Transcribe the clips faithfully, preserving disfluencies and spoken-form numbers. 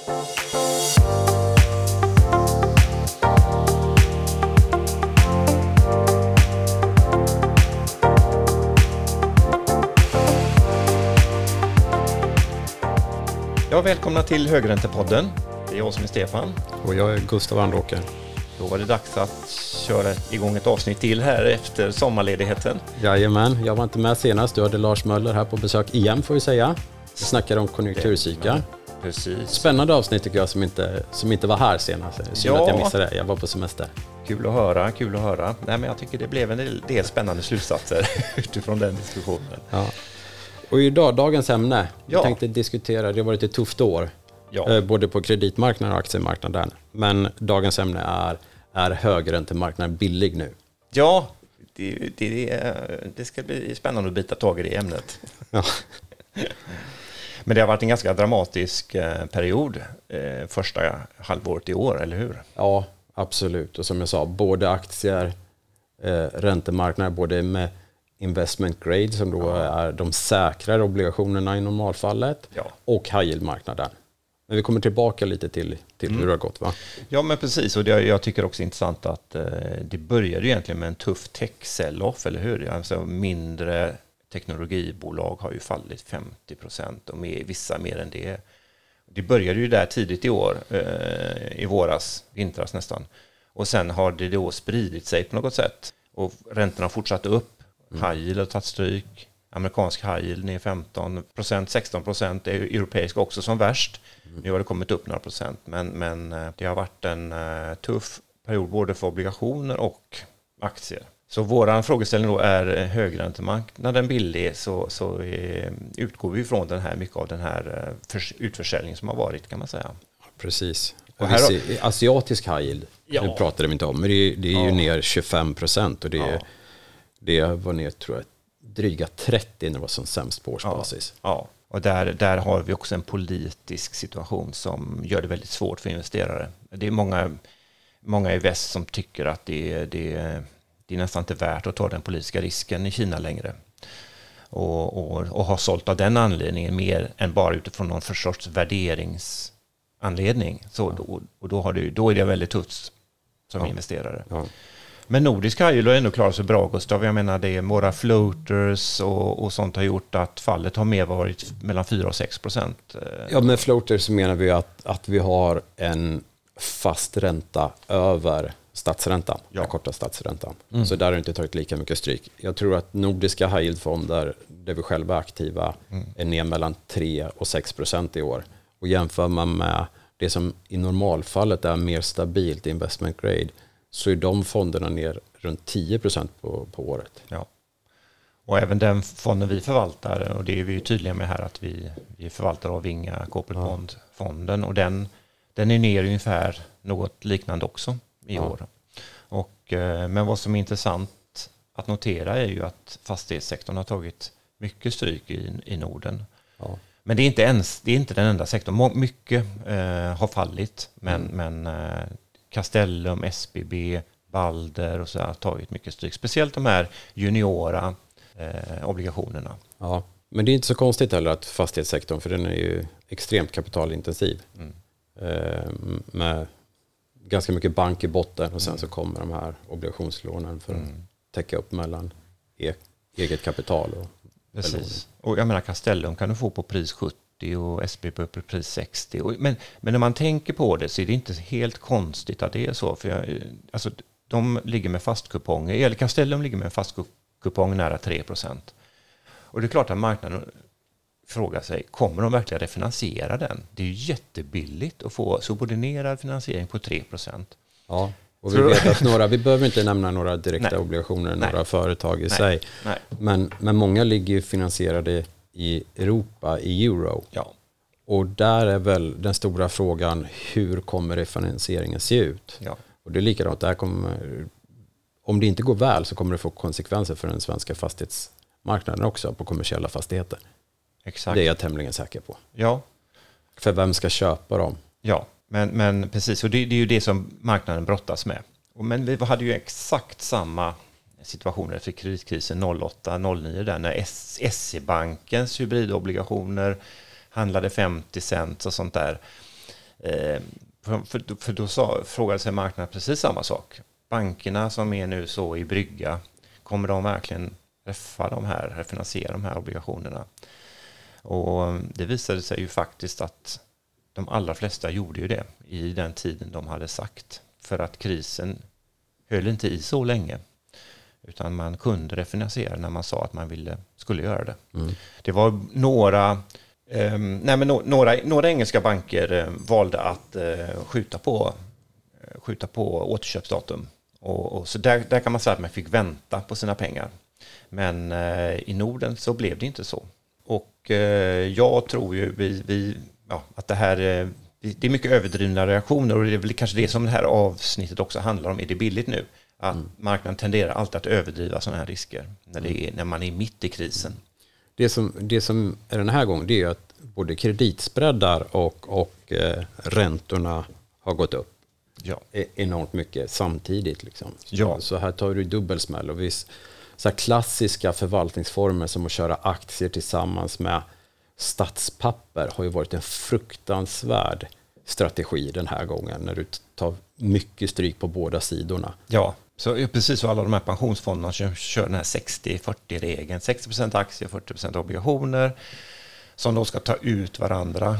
Ja, välkomna till Högräntepodden. Det är jag som är Stefan. Och jag är Gustav Andråker. Då var det dags att köra igång ett avsnitt till här efter sommarledigheten. Jajamän, jag var inte med senast. Du hade Lars Möller här på besök igen, får vi säga. Vi snackade om konjunkturcykeln. Precis. Spännande avsnitt tycker jag som inte, som inte var här senast. Synd Ja. att jag missade det. Jag var på semester. Kul att höra, kul att höra. Nej, men jag tycker det blev en del spännande slutsatser utifrån den diskussionen. Ja. Och idag, dagens ämne. Ja. Jag tänkte diskutera, det har varit ett tufft år. Ja. Både på kreditmarknaden och aktiemarknaden. Men dagens ämne är, är högräntemarknaden billig nu? Ja, det, det, det ska bli spännande att bita tag i det ämnet. Ja. Men det har varit en ganska dramatisk period första halvåret i år, eller hur? Ja, absolut. Och som jag sa, både aktier, eh, räntemarknader, både med investment grade som då ja. är de säkrare obligationerna i normalfallet ja. och high yield-marknaden. Men vi kommer tillbaka lite till, till mm. hur det har gått, va? Ja, men precis. Och det, jag tycker också intressant att eh, det började egentligen med en tuff tech-sell-off, eller hur? Alltså mindre teknologibolag har ju fallit femtio procent och med, vissa mer än det. Det började ju där tidigt i år, eh, i våras, vintras nästan. Och sen har det då spridit sig på något sätt. Och räntorna har fortsatt upp. Mm. High yield har tagit stryk. Amerikansk high yield ner femton procent, sexton procent. Det är ju europeisk också som värst. Mm. Nu har det kommit upp några procent. Men, men det har varit en uh, tuff period både för obligationer och aktier. Så våran frågeställning då är högräntemarknaden billig, så, så är, utgår vi från den här, mycket av den här uh, förs- utförsäljningen som har varit, kan man säga. Precis. Och här ser, asiatisk high yield, ja. det pratade vi inte om, men det är, det är ju ja. ner tjugofem procent och det är, ja. det var ner, tror jag, dryga trettio när det var som sämst på årsbasis. Ja, ja. Och där, där har vi också en politisk situation som gör det väldigt svårt för investerare. Det är många, många i väst som tycker att det, det, det är nästan inte värt att ta den politiska risken i Kina längre. Och, och, och har sålt av den anledningen mer än bara utifrån någon för sorts värderingsanledning. Så ja. då, och då, har det, då är det väldigt tufft som ja. investerare. Ja. Men nordisk high yield har ändå klarat sig bra, Gustav. Jag menar, det är några floaters och, och sånt har gjort att fallet har mer varit mellan fyra och sex procent. Ja, med floaters så menar vi att, att vi har en fast ränta över statsräntan, ja. den korta statsräntan. Mm. Så där har det inte tagit lika mycket stryk. Jag tror att nordiska high yield-fonder, där vi själva är aktiva, mm. är ner mellan tre och sex procent i år. Och jämför man med det som i normalfallet är mer stabilt investment grade, så är de fonderna ner runt tio procent på, på året. Ja. Och även den fonden vi förvaltar, och det är vi tydliga med här, att vi, vi förvaltar av Vinga Corporate ja. Bond-fonden, och den, den är ner ungefär något liknande också i ja. år. Och, men vad som är intressant att notera är ju att fastighetssektorn har tagit mycket stryk i, i Norden. Ja. Men det är, inte ens, det är inte den enda sektorn. Mycket eh, har fallit, men, mm. men eh, Castellum, S B B, Balder och så har tagit mycket stryk. Speciellt de här juniora eh, obligationerna. Ja, men det är inte så konstigt heller att fastighetssektorn, för den är ju extremt kapitalintensiv. Mm. Eh, med ganska mycket bank i botten och sen mm. så kommer de här obligationslånen för mm. att täcka upp mellan e- eget kapital och precis. Och jag menar, Castellum kan du få på pris sjuttio och S B B på pris sextio. Och, men, men när man tänker på det så är det inte helt konstigt att det är så. För jag, alltså, de ligger med fastkuponger, eller Castellum ligger med en fastkupong nära tre procent. Och det är klart att marknaden frågar sig, kommer de verkligen refinansiera den? Det är ju jättebilligt att få subordinerad finansiering på tre procent. Ja. Och vi vet att några, vi behöver inte nämna några direkta Nej. obligationer, några Nej. företag i Nej. sig. Nej. Men, men många ligger ju finansierade i Europa, i euro. Ja. Och där är väl den stora frågan, hur kommer refinansieringen se ut? Ja. Och det är likadant, där kommer, om det inte går väl så kommer det få konsekvenser för den svenska fastighetsmarknaden också, på kommersiella fastigheter. Exakt. Det är jag tämligen säker på. Ja. För vem ska köpa dem? Ja. Men, men precis, och det, det är ju det som marknaden brottas med. Och, men vi hade ju exakt samma situation efter kreditkrisen noll åtta noll nio där, när S E-bankens hybridobligationer handlade femtio cent och sånt där. Eh, för, för, för då sa, frågade sig marknaden precis samma sak. Bankerna som är nu så i brygga, kommer de verkligen reffa de här, refinansiera de här obligationerna? Och det visade sig ju faktiskt att de allra flesta gjorde ju det i den tiden de hade sagt. För att krisen höll inte i så länge. Utan man kunde refinansiera när man sa att man ville, skulle göra det. Mm. Det var några, eh, nej men no, några, några engelska banker eh, valde att eh, skjuta, på, eh, skjuta på återköpsdatum. Och, och så där, där kan man säga att man fick vänta på sina pengar. Men eh, i Norden så blev det inte så. Och eh, jag tror ju vi, vi, ja, att det här, eh, det är mycket överdrivna reaktioner och det är väl kanske det som det här avsnittet också handlar om. Är det billigt nu? Att mm. marknaden tenderar alltid att överdriva sådana här risker när, det är, när man är mitt i krisen. Det som, det som är den här gången, det är att både kreditspreadar och, och eh, räntorna har gått upp. Ja. Enormt mycket samtidigt. Liksom. Ja. Så här tar du dubbelsmäll. Och visst, så här klassiska förvaltningsformer som att köra aktier tillsammans med statspapper har ju varit en fruktansvärd strategi den här gången när du tar mycket stryk på båda sidorna. Ja, så precis så alla de här pensionsfonderna kör, kör den här sextio fyrtio-regeln. sextio procent aktier, fyrtio procent obligationer som då ska ta ut varandra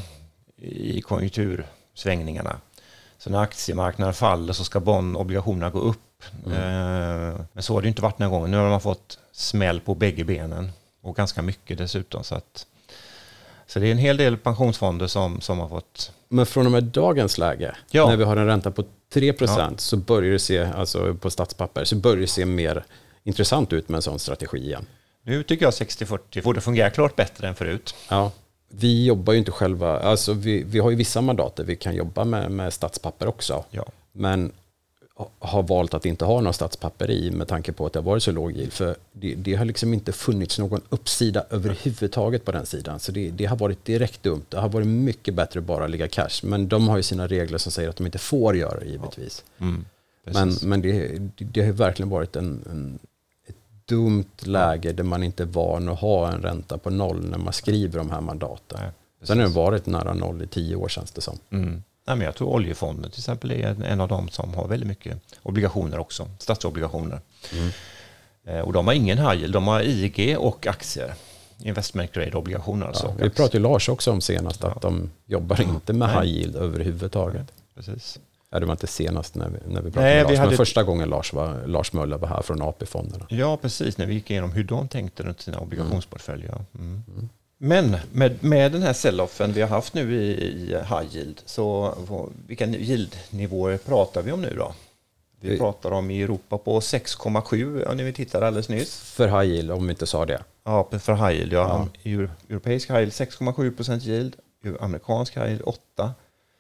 i konjunktursvängningarna. Så när aktiemarknaden faller så ska bondobligationerna gå upp. Mm. Men så har det inte varit någon gång. Nu har man fått smäll på bägge benen och ganska mycket dessutom. Så, att, så det är en hel del pensionsfonder som, som har fått... Men från och med dagens läge, ja. När vi har en ränta på tre procent ja. Så börjar det se, alltså på statspapper, så börjar det se mer intressant ut med en sån strategi igen. Nu tycker jag sextio fyrtio borde fungera klart bättre än förut. Ja. Vi jobbar ju inte själva, alltså vi, vi har ju vissa mandater vi kan jobba med, med statspapper också. Ja. Men har valt att inte ha några statspapper i med tanke på att det har varit så låg yield. För det, det har liksom inte funnits någon uppsida överhuvudtaget på den sidan. Så det, det har varit direkt dumt. Det har varit mycket bättre att bara ligga cash. Men de har ju sina regler som säger att de inte får göra det givetvis. Ja. Mm, men men det, det har verkligen varit en, en, ett dumt läge ja. Där man inte är van att ha en ränta på noll när man skriver de här mandaten. Nej, sen har det varit nära noll i tio år känns det som. Mm. Nej, men jag tror oljefonden till exempel är en av dem som har väldigt mycket obligationer också, statsobligationer. Mm. Eh, och de har ingen high yield, de har I G och aktier, investment grade obligationer. Alltså. Ja, vi pratade ju Lars också om senast att ja. De jobbar inte med Nej. High yield överhuvudtaget. Nej, precis. Ja, det var inte senast när vi, när vi pratade Nej, med Lars, vi hade... men första gången Lars, var, Lars Möller var här från A P-fonderna. Ja, precis, när vi gick igenom hur de tänkte runt sina obligationsportföljer. Mm. Mm. Men med, med den här sell-offen vi har haft nu i, i high yield, så vilka yield-nivåer pratar vi om nu då? Vi det, pratar om i Europa på sex komma sju, ja, när vi tittade alldeles nyss. För high yield, om vi inte sa det. Ja, för high yield, ja. ja. Europeisk high yield sex komma sju procent yield, amerikansk high yield åtta.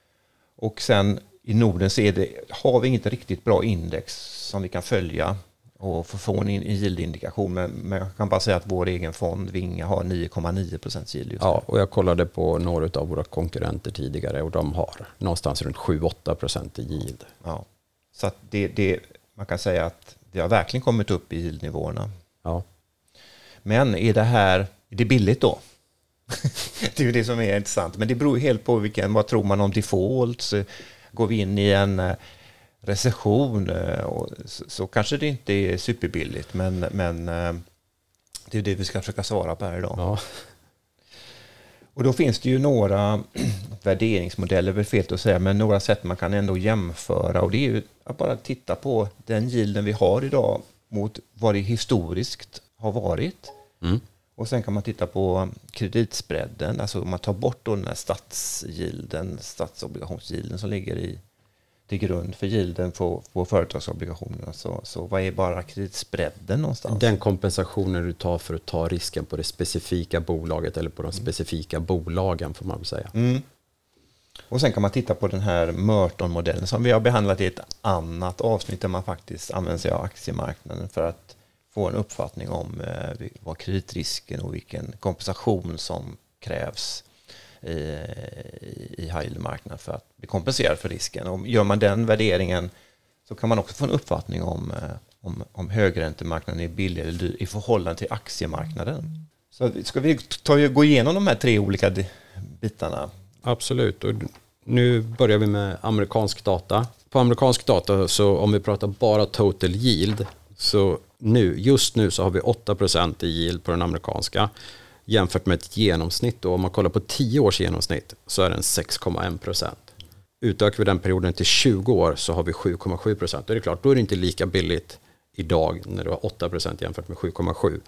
Och sen i Norden så är det, har vi inget riktigt bra index som vi kan följa och få en yield-indikation. Men, men jag kan bara säga att vår egen fond, Vinga, har nio komma nio procent yield just nu. Ja, och jag kollade på några av våra konkurrenter tidigare och de har någonstans runt sju till åtta procent i yield. Ja, så att det, det, man kan säga att vi har verkligen kommit upp i yield-nivåerna. Ja. Men är det här, är det billigt då? Det är ju det som är intressant. Men det beror helt på vilken, vad tror man om defaults? Går vi in i en recession och så, så kanske det inte är superbilligt, men, men det är det vi ska försöka svara på här idag. Ja. Och då finns det ju några värderingsmodeller, väl fel att säga, men några sätt man kan ändå jämföra, och det är ju att bara titta på den yielden vi har idag mot vad det historiskt har varit. Mm. Och sen kan man titta på kreditspreaden, alltså om man tar bort då den här statsgilden, statsobligationsgilden som ligger i till grund för yielden på, på företagsobligationerna. Så, så vad är bara kreditspreaden någonstans? Den kompensationen du tar för att ta risken på det specifika bolaget eller på de specifika mm. bolagen, får man väl säga. Mm. Och sen kan man titta på den här Merton-modellen som vi har behandlat i ett annat avsnitt där man faktiskt använder sig av aktiemarknaden för att få en uppfattning om eh, vad kreditrisken och vilken kompensation som krävs i, i high yield-marknaden för att bli kompenserad för risken. Och gör man den värderingen så kan man också få en uppfattning om, eh, om, om högräntemarknaden är billig eller dyr i förhållande till aktiemarknaden. Så ska vi ta, gå igenom de här tre olika bitarna? Absolut. Och Nu börjar vi med amerikansk data. På amerikansk data, så om vi pratar bara total yield, så nu, just nu så har vi åtta procent i yield på den amerikanska, jämfört med ett genomsnitt. Då, om man kollar på tio års genomsnitt så är den sex komma en procent. Utökar vi den perioden till tjugo år så har vi sju komma sju procent. Det är klart, då är det inte lika billigt idag när du har åtta procent jämfört med sju komma sju.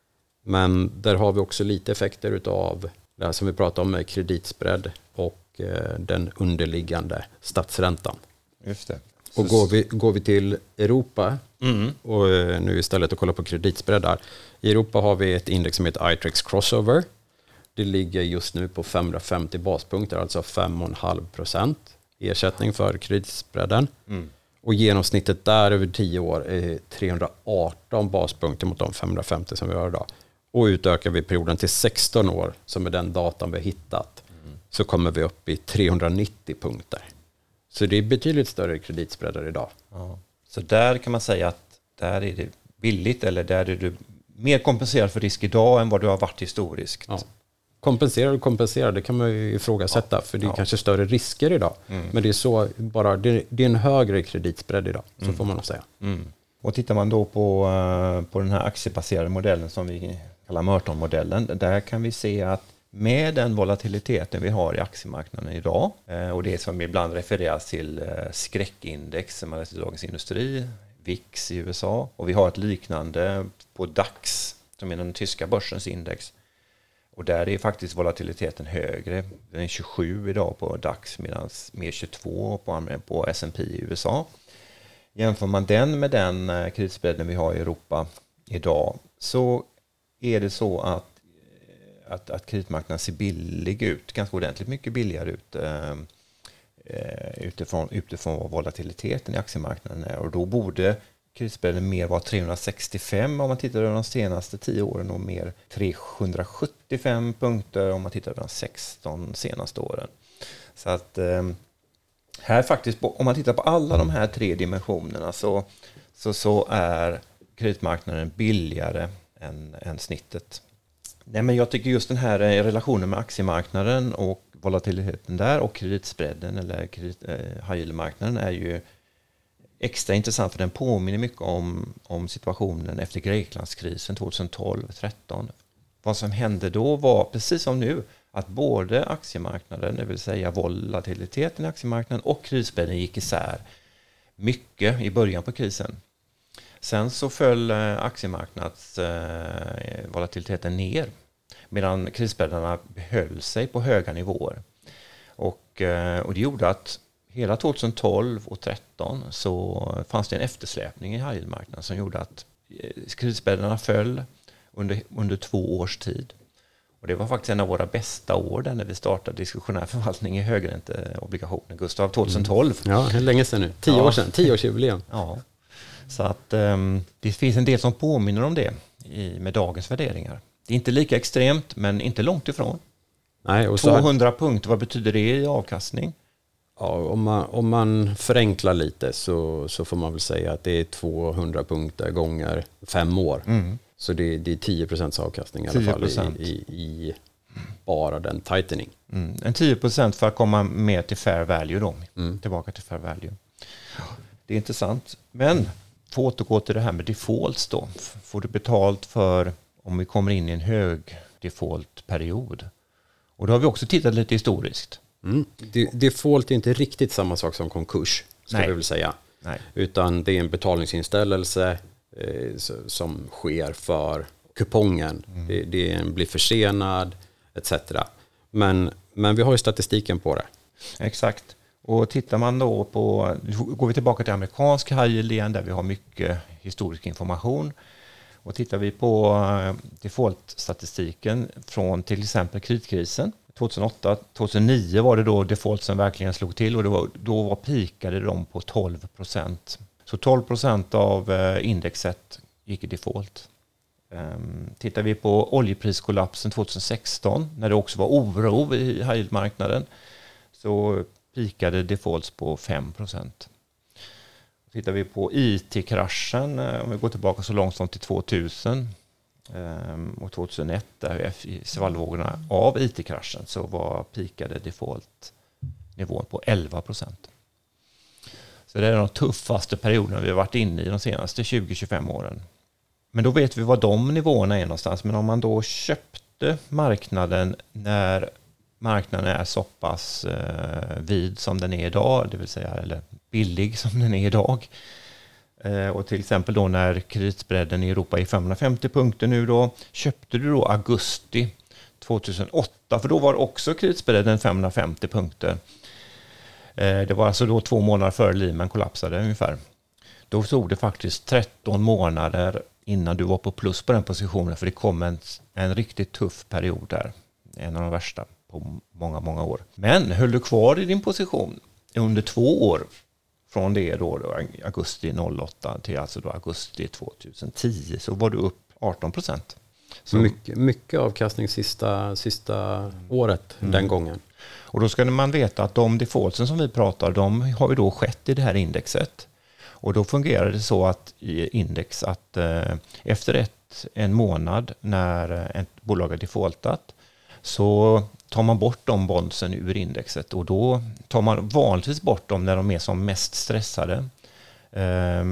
Men där har vi också lite effekter av det här som vi pratar om med kreditspread och eh, den underliggande statsräntan. Just det. Och går vi, går vi till Europa mm. och eh, nu istället att kolla på kreditspread där. I Europa har vi ett index som heter iTrex Crossover. Det ligger just nu på femhundrafemtio baspunkter, alltså fem komma fem procent ersättning för kreditspreaden. Mm. Och genomsnittet där över tio år är trehundraarton baspunkter mot de femhundrafemtio som vi har idag. Och utökar vi perioden till sexton år, som är den datan vi har hittat, mm. så kommer vi upp i trehundranittio punkter. Så det är betydligt större kreditspreadar idag. Ja. Så där kan man säga att där är det billigt, eller där är du mer kompenserad för risk idag än vad du har varit historiskt. Ja. Kompenserad och kompenserad, det kan man ju ifrågasätta, ja. för det är ja. kanske större risker idag. Mm. Men det är så bara, det, det är en högre kreditspread idag, så mm. får man nog säga. Mm. Och tittar man då på, på den här aktiebaserade modellen som vi kallar Merton-modellen, där kan vi se att med den volatiliteten vi har i aktiemarknaden idag, och det som ibland refereras till skräckindex som man läser i Dagens Industri, V I X i U S A, och vi har ett liknande på DAX som är den tyska börsens index. Och där är faktiskt volatiliteten högre. Den är tjugosju idag på DAX medan mer tjugotvå på, på S and P i U S A. Jämför man den med den kreditspreaden vi har i Europa idag, så är det så att, att, att kreditmarknaden ser billig ut, ganska ordentligt mycket billigare ut eh, utifrån, utifrån vad volatiliteten i aktiemarknaden är. Och då borde kreditspreaden mer var trehundrasextiofem om man tittar över de senaste tio åren och mer trehundrasjuttiofem punkter om man tittar över de sexton senaste åren. Så att eh, här faktiskt, om man tittar på alla de här tre dimensionerna så, så, så är kreditmarknaden billigare än, än snittet. Nej, men jag tycker just den här relationen med aktiemarknaden och volatiliteten där och kreditspreaden eller kredit, eh, high yield-marknaden är ju extra intressant, för den påminner mycket om, om situationen efter Greklandskrisen tjugohundratolv tretton. Vad som hände då var, precis som nu, att både aktiemarknaden, det vill säga volatiliteten i aktiemarknaden och kreditspreaden gick isär mycket i början på krisen. Sen så föll aktiemarknads eh, volatiliteten ner medan kreditspreadarna behöll sig på höga nivåer. Och, eh, och det gjorde att hela tjugotolv och tretton så fanns det en eftersläpning i high yield-marknaden som gjorde att kreditspreadarna föll under, under två års tid. Och det var faktiskt en av våra bästa år där när vi startade diskussionär förvaltning i högränteobligationer. Gustav, tjugotolv. Mm. Ja, hur länge sedan nu? Tio ja. år sedan, tioårsjubileum. Ja, så att um, det finns en del som påminner om det i, med dagens värderingar. Det är inte lika extremt, men inte långt ifrån. Nej, och så tvåhundra har... punkter, vad betyder det i avkastning? Ja, om, man, om man förenklar lite så, så får man väl säga att det är tvåhundra punkter gånger fem år. Mm. Så det, det är tio procent avkastning i alla fall i, i, i bara den tightening. Mm. En tio procent för att komma med till fair value då. Mm. Tillbaka till fair value. Det är intressant. Men för att återgå till det här med defaults då. Får du betalt för om vi kommer in i en hög default-period? Och då har vi också tittat lite historiskt. Mm. Default är inte riktigt samma sak som konkurs, ska Nej. vi väl säga. Nej. Utan det är en betalningsinställelse eh, som sker för kupongen. Mm. Det, det blir försenad, et cetera. Men, men vi har ju statistiken på det. Exakt. Och tittar man då på, går vi tillbaka till amerikansk high yield igen där vi har mycket historisk information. Och tittar vi på default-statistiken från till exempel kreditkrisen tjugohundraåtta tjugohundranio var det då defaultsen verkligen slog till, och det var, då var pikade de på tolv procent. Så tolv procent av indexet gick i default. Um, tittar vi på oljepriskollapsen tjugohundrasexton när det också var oro i high yield-marknaden så pikade defaults på fem procent. Tittar vi på I T-kraschen, om vi går tillbaka så långt som till tvåtusen och tjugohundraett, där i svallvågorna av I T-kraschen så var pikade default nivån på elva procent. Så det är de tuffaste perioderna vi har varit inne i de senaste tjugo till tjugofem åren. Men då vet vi vad de nivåerna är någonstans. Men om man då köpte marknaden när marknaden är så pass eh, vid som den är idag, det vill säga eller billig som den är idag. Eh, och till exempel då när kreditspreaden i Europa är femhundrafemtio punkter nu då, köpte du då augusti tjugohundraåtta, för då var också kreditspreaden femhundrafemtio punkter. Eh, det var alltså då två månader före Lehman kollapsade ungefär. Då tog det faktiskt tretton månader innan du var på plus på den positionen, för det kom en, en riktigt tuff period där. En av de värsta på många, många år. Men höll du kvar i din position under två år från det då, då augusti noll åtta till alltså då augusti tjugohundratio, så var du upp arton procent. Så mycket, mycket avkastning sista, sista året mm. den gången. Och då ska man veta att de defaultsen som vi pratar, de har ju då skett i det här indexet. Och då fungerar det så att i index att eh, efter ett, en månad när ett bolag har defaultat, så tar man bort de bondsen ur indexet, och då tar man vanligtvis bort dem när de är som mest stressade. Eh,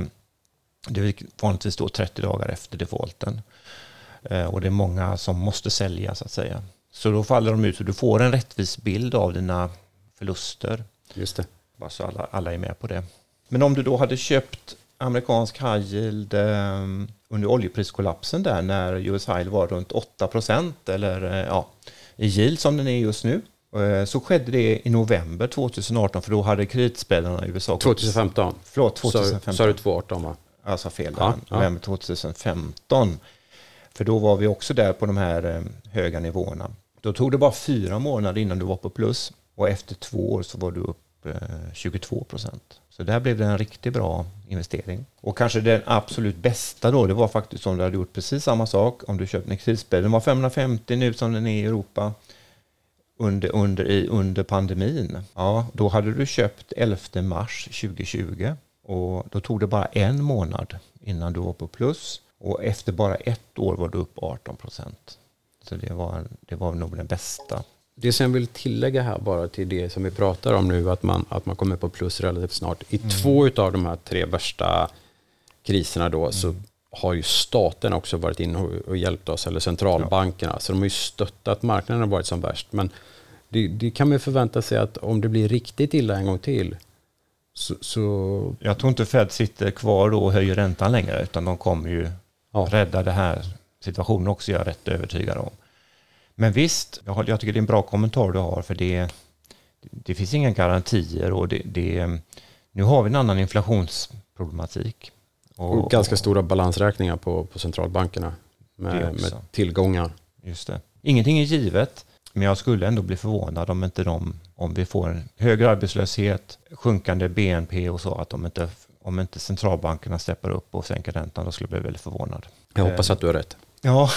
det är vanligtvis då trettio dagar efter defaulten. Eh, och det är många som måste sälja så att säga. Så då faller de ut och du får en rättvis bild av dina förluster. Just det. Bara så alla, alla är med på det. Men om du då hade köpt amerikansk high yield eh, under oljepriskollapsen där när U S high yield var runt åtta procent eller eh, ja, i yield som den är just nu, eh, så skedde det i november tjugoarton, för då hade kreditspelarna i U S A... tjugohundrafemton. Förlåt, tjugohemton. Sa du tjugoarton va? Alltså fel där. Ja, november tjugohundrafemton. För då var vi också där på de här eh, höga nivåerna. Då tog det bara fyra månader innan du var på plus, och efter två år så var du upp tjugotvå procent. Så där blev det en riktigt bra investering. Och kanske den absolut bästa då, det var faktiskt om du hade gjort precis samma sak om du köpte en kreditspel. Den var femhundrafemtio nu som den är i Europa under, under, i, under pandemin. Ja, då hade du köpt elfte mars tjugohundratjugo, och då tog det bara en månad innan du var på plus, och efter bara ett år var du upp arton procent. Så det var, det var nog den bästa. Det som jag vill tillägga här bara till det som vi pratar om nu, att man, att man kommer på plus relativt snart. I mm. två av de här tre värsta kriserna då mm. så har ju staten också varit in och, och hjälpt oss, eller centralbankerna. Ja. Så de har ju stöttat, marknaden har varit som värst. Men det, det kan man förvänta sig att om det blir riktigt illa en gång till så... så... Jag tror inte Fed sitter kvar då och höjer räntan längre, utan de kommer ju ja. rädda det här situationen också, jag är rätt övertygad om. Men visst, jag, jag tycker det är en bra kommentar du har, för det, det finns inga garantier, och det, det, nu har vi en annan inflationsproblematik. Och, och ganska stora balansräkningar på, på centralbankerna med, med tillgångar. Just det. Ingenting är givet, men jag skulle ändå bli förvånad om inte de, om vi får en högre arbetslöshet, sjunkande B N P och så, att de inte, om inte centralbankerna steppar upp och sänker räntan, då skulle jag bli väldigt förvånad. Jag hoppas att du har rätt. Ja.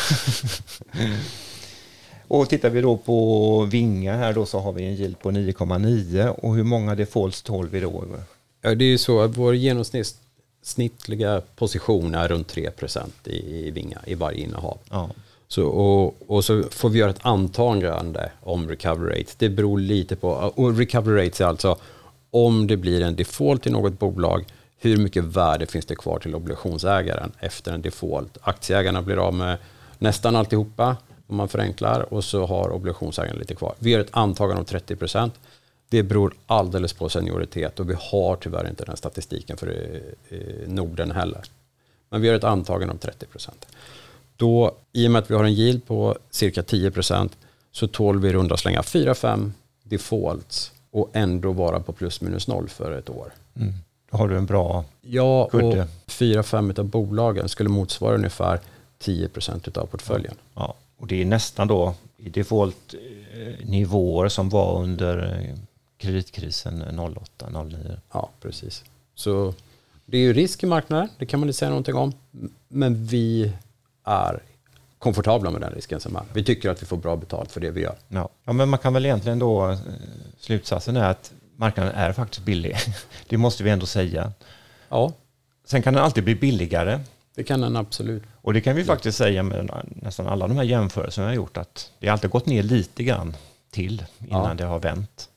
Och tittar vi då på Vinga här då, så har vi en yield på nio komma nio, och hur många defaults tål vi då? Ja, det är ju så att vår genomsnittliga position är runt tre procent i, i Vinga i varje innehav. Ja. Så, och, och så får vi göra ett antagande om recovery rate. Det beror lite på, och recovery rate är alltså om det blir en default i något bolag, hur mycket värde finns det kvar till obligationsägaren efter en default. Aktieägarna blir av med nästan alltihopa om man förenklar, och så har obligationsägaren lite kvar. Vi gör ett antagande om trettio procent. Det beror alldeles på senioritet, och vi har tyvärr inte den statistiken för Norden heller. Men vi gör ett antagande om trettio procent. Då, i och med att vi har en yield på cirka tio procent, så tål vi runda slänga fyra fem defaults och ändå vara på plus minus noll för ett år. Mm. Då har du en bra ja, kudde. Och fyra fem av bolagen skulle motsvara ungefär tio procent av portföljen. Ja. Och det är nästan då i default-nivåer som var under kreditkrisen noll åtta noll nio. Ja, precis. Så det är ju risk i marknaden, det kan man inte säga någonting om. Men vi är komfortabla med den risken som är. Vi tycker att vi får bra betalt för det vi gör. Ja, ja men man kan väl egentligen då, slutsatsen är att marknaden är faktiskt billig. Det måste vi ändå säga. Ja. Sen kan den alltid bli billigare. Det kan den absolut. Och det kan vi faktiskt säga med nästan alla de här jämförelserna jag har gjort, att det har alltid gått ner lite grann till innan ja. det har vänt.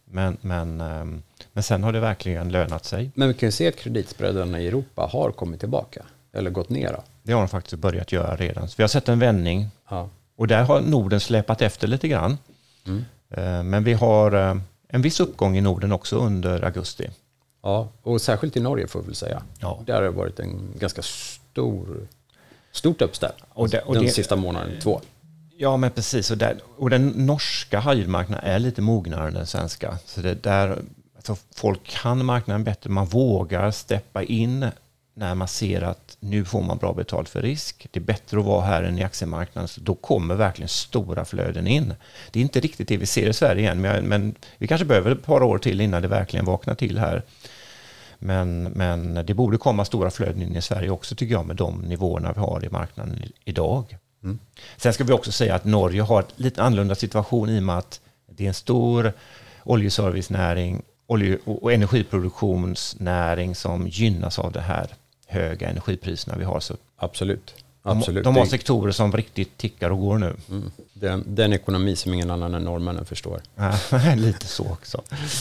Men, men, men sen har det verkligen lönat sig. Men vi kan ju se att kreditspreadarna i Europa har kommit tillbaka eller gått ner då. Det har de faktiskt börjat göra redan. Så vi har sett en vändning. Ja. Och där har Norden släpat efter lite grann. Mm. Men vi har en viss uppgång i Norden också under augusti. Ja, och särskilt i Norge får vi väl säga. Ja. Där har det varit en ganska stor, stort uppställ och det, och den det, sista månaden, två. Ja, men precis. Och, där, och den norska high-yield-marknaden är lite mognare än den svenska. Så det där, alltså folk kan marknaden bättre. Man vågar steppa in när man ser att nu får man bra betalt för risk. Det är bättre att vara här än i aktiemarknaden. Så då kommer verkligen stora flöden in. Det är inte riktigt det vi ser i Sverige än. Men, men vi kanske behöver ett par år till innan det verkligen vaknar till här. Men, men det borde komma stora flöden in i Sverige också tycker jag med de nivåerna vi har i marknaden idag. Mm. Sen ska vi också säga att Norge har ett lite annorlunda situation i och med att det är en stor oljeservicenäring olje- och energiproduktionsnäring som gynnas av det här höga energipriserna vi har. Så absolut. Absolut. De, de har sektorer som riktigt tickar och går nu. Mm. Den, den ekonomi som ingen annan än norrmännen förstår. Lite så också.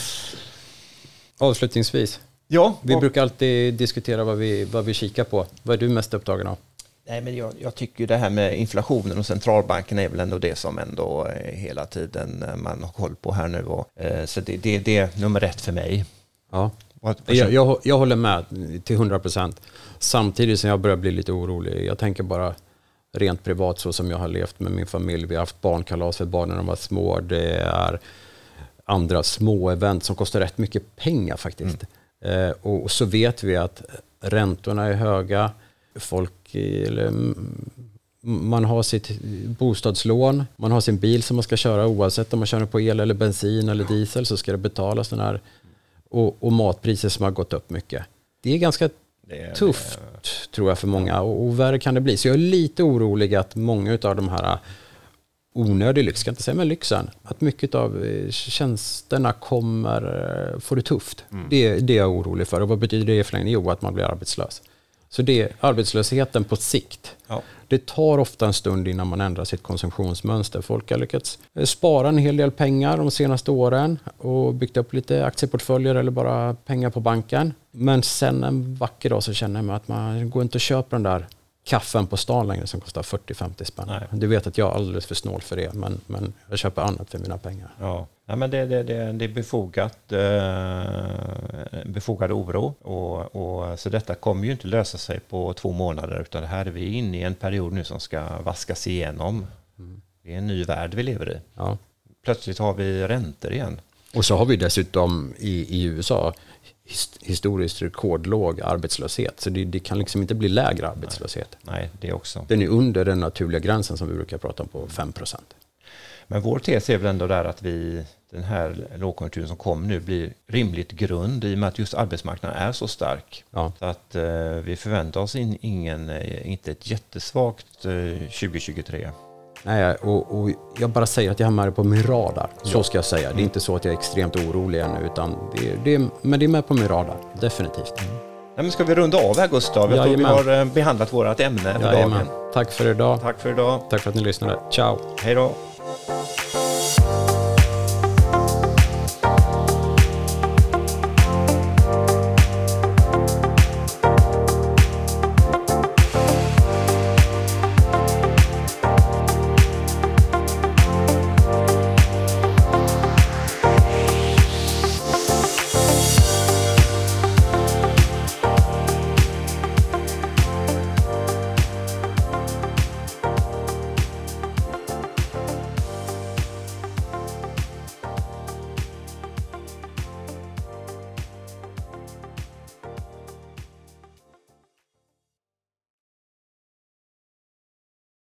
Avslutningsvis. Ja, vi och, brukar alltid diskutera vad vi, vad vi kikar på. Vad är du mest upptagen av? Nej, men jag, jag tycker det här med inflationen och centralbanken är väl ändå det som ändå hela tiden man har koll på här nu. Och, eh, så det, det, det är nummer ett för mig. Ja. Jag, jag, jag håller med till hundra procent. Samtidigt som jag börjar bli lite orolig. Jag tänker bara rent privat så som jag har levt med min familj. Vi har haft barnkalas för barnen när de var små. Det är andra små event som kostar rätt mycket pengar faktiskt. Mm. Eh, och så vet vi att räntorna är höga. Folk, eller, man har sitt bostadslån, man har sin bil som man ska köra oavsett om man kör på el eller bensin eller diesel så ska det betalas den här och, och matpriser som har gått upp mycket. Det är ganska det är, tufft det är... tror jag för många och, och värre kan det bli. Så jag är lite orolig att många av de här onödig lyx, ska inte säga men lyxen, att mycket av tjänsterna kommer få det tufft. Mm. Det, det är jag orolig för. Och vad betyder det för en? Jo, att man blir arbetslös. Så det arbetslösheten på sikt. Ja. Det tar ofta en stund innan man ändrar sitt konsumtionsmönster. Folk har lyckats spara en hel del pengar de senaste åren och byggt upp lite aktieportföljer eller bara pengar på banken. Men sen en vacker dag så känner jag att man går inte och köper den där kaffen på stan längre som kostar fyrtio femtio spänn. Nej. Du vet att jag är alldeles för snål för det, men, men jag köper annat för mina pengar. Ja, ja men det, det, det, det är befogat, eh, befogad oro och, och så detta kommer ju inte lösa sig på två månader utan det här är vi inne i en period nu som ska vaskas igenom. Mm. Det är en ny värld vi lever i. Ja. Plötsligt har vi räntor igen. Och så har vi dessutom i, i U S A historiskt rekordlåg arbetslöshet. Så det, det kan liksom inte bli lägre arbetslöshet. Nej, nej, det också. Den är under den naturliga gränsen som vi brukar prata om på fem procent. Men vår tes är väl ändå där att vi, den här lågkonjunkturen som kommer nu blir rimligt grund i och med att just arbetsmarknaden är så stark. Ja. Så att eh, vi förväntar oss in, ingen, inte ett jättesvagt eh, tjugo tjugotre. Nej, och, och jag bara säger att jag har med det på min radar. Så ska jag säga. Det är inte så att jag är extremt orolig ännu, utan det, det är, men det är med på min radar. Definitivt. Mm. Nej, men ska vi runda av här, Gustav? Jag tror vi har behandlat vårt ämne för dagen. Tack för idag. Tack för idag. Tack för att ni lyssnade. Ciao. Hej då.